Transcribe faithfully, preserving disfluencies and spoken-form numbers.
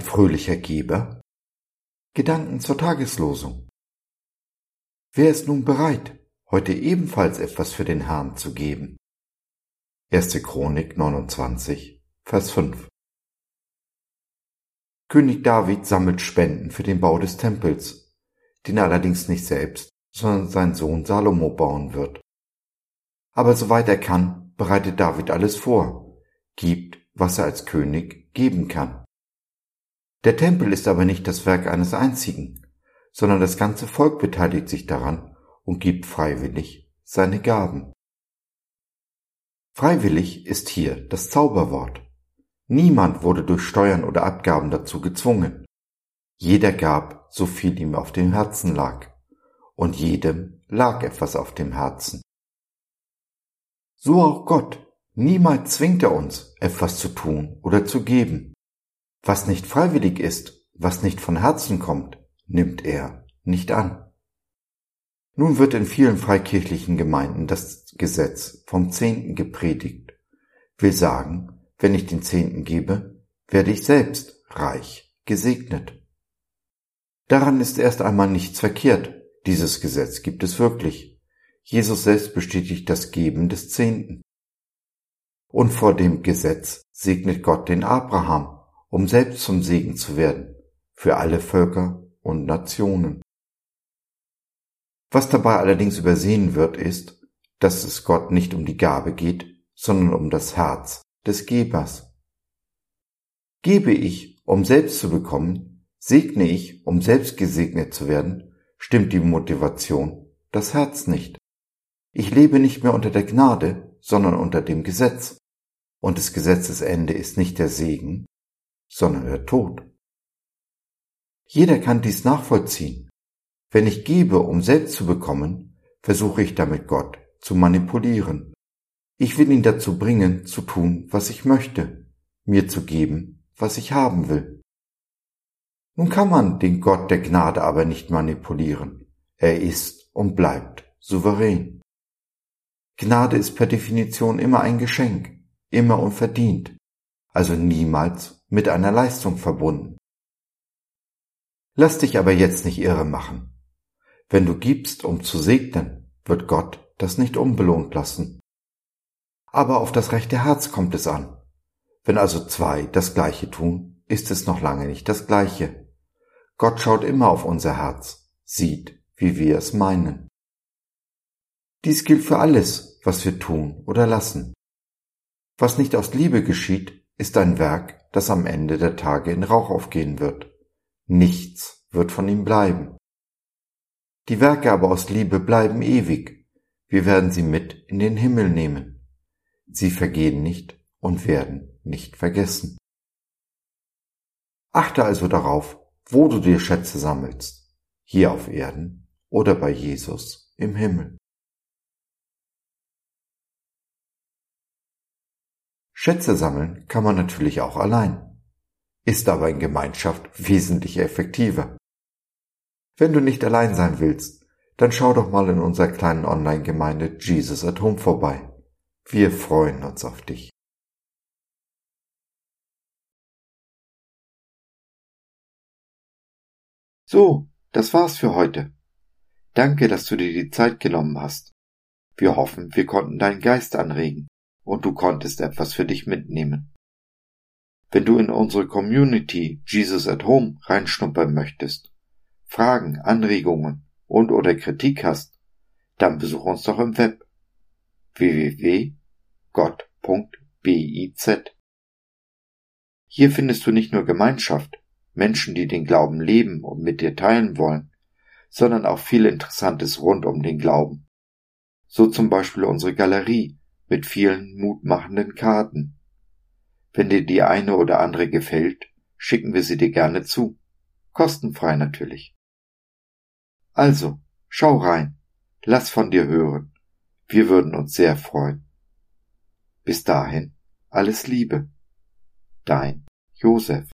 fröhlicher Geber? Gedanken zur Tageslosung. Wer ist nun bereit, heute ebenfalls etwas für den Herrn zu geben? erste Chronik neunundzwanzig, Vers fünf. König David sammelt Spenden für den Bau des Tempels, den er allerdings nicht selbst, sondern sein Sohn Salomo bauen wird. Aber soweit er kann, bereitet David alles vor, gibt, was er als König geben kann. Der Tempel ist aber nicht das Werk eines einzigen, sondern das ganze Volk beteiligt sich daran und gibt freiwillig seine Gaben. Freiwillig ist hier das Zauberwort. Niemand wurde durch Steuern oder Abgaben dazu gezwungen. Jeder gab, so viel ihm auf dem Herzen lag, und jedem lag etwas auf dem Herzen. So auch Gott. Niemals zwingt er uns, etwas zu tun oder zu geben. Was nicht freiwillig ist, was nicht von Herzen kommt, nimmt er nicht an. Nun wird in vielen freikirchlichen Gemeinden das Gesetz vom Zehnten gepredigt. Will sagen, wenn ich den Zehnten gebe, werde ich selbst reich gesegnet. Daran ist erst einmal nichts verkehrt. Dieses Gesetz gibt es wirklich. Jesus selbst bestätigt das Geben des Zehnten. Und vor dem Gesetz segnet Gott den Abraham, um selbst zum Segen zu werden, für alle Völker und Nationen. Was dabei allerdings übersehen wird, ist, dass es Gott nicht um die Gabe geht, sondern um das Herz des Gebers. Gebe ich, um selbst zu bekommen, segne ich, um selbst gesegnet zu werden, stimmt die Motivation, das Herz nicht. Ich lebe nicht mehr unter der Gnade, sondern unter dem Gesetz. Und des Gesetzes Ende ist nicht der Segen, sondern der Tod. Jeder kann dies nachvollziehen. Wenn ich gebe, um selbst zu bekommen, versuche ich damit Gott zu manipulieren. Ich will ihn dazu bringen, zu tun, was ich möchte, mir zu geben, was ich haben will. Nun kann man den Gott der Gnade aber nicht manipulieren. Er ist und bleibt souverän. Gnade ist per Definition immer ein Geschenk, immer unverdient, also niemals mit einer Leistung verbunden. Lass dich aber jetzt nicht irre machen. Wenn du gibst, um zu segnen, wird Gott das nicht unbelohnt lassen. Aber auf das rechte Herz kommt es an. Wenn also zwei das Gleiche tun, ist es noch lange nicht das Gleiche. Gott schaut immer auf unser Herz, sieht, wie wir es meinen. Dies gilt für alles, was wir tun oder lassen. Was nicht aus Liebe geschieht, ist ein Werk, das am Ende der Tage in Rauch aufgehen wird. Nichts wird von ihm bleiben. Die Werke aber aus Liebe bleiben ewig. Wir werden sie mit in den Himmel nehmen. Sie vergehen nicht und werden nicht vergessen. Achte also darauf, wo du dir Schätze sammelst, hier auf Erden oder bei Jesus im Himmel. Schätze sammeln kann man natürlich auch allein, ist aber in Gemeinschaft wesentlich effektiver. Wenn du nicht allein sein willst, dann schau doch mal in unserer kleinen Online-Gemeinde Jesus at Home vorbei. Wir freuen uns auf dich. So, das war's für heute. Danke, dass du dir die Zeit genommen hast. Wir hoffen, wir konnten deinen Geist anregen und du konntest etwas für dich mitnehmen. Wenn du in unsere Community Jesus at Home reinschnuppern möchtest, Fragen, Anregungen und oder Kritik hast, dann besuch uns doch im Web w w w punkt gott punkt biz. Hier findest du nicht nur Gemeinschaft, Menschen, die den Glauben leben und mit dir teilen wollen, sondern auch viel Interessantes rund um den Glauben. So zum Beispiel unsere Galerie mit vielen mutmachenden Karten. Wenn dir die eine oder andere gefällt, schicken wir sie dir gerne zu. Kostenfrei natürlich. Also, schau rein, lass von dir hören. Wir würden uns sehr freuen. Bis dahin, alles Liebe. Dein Josef.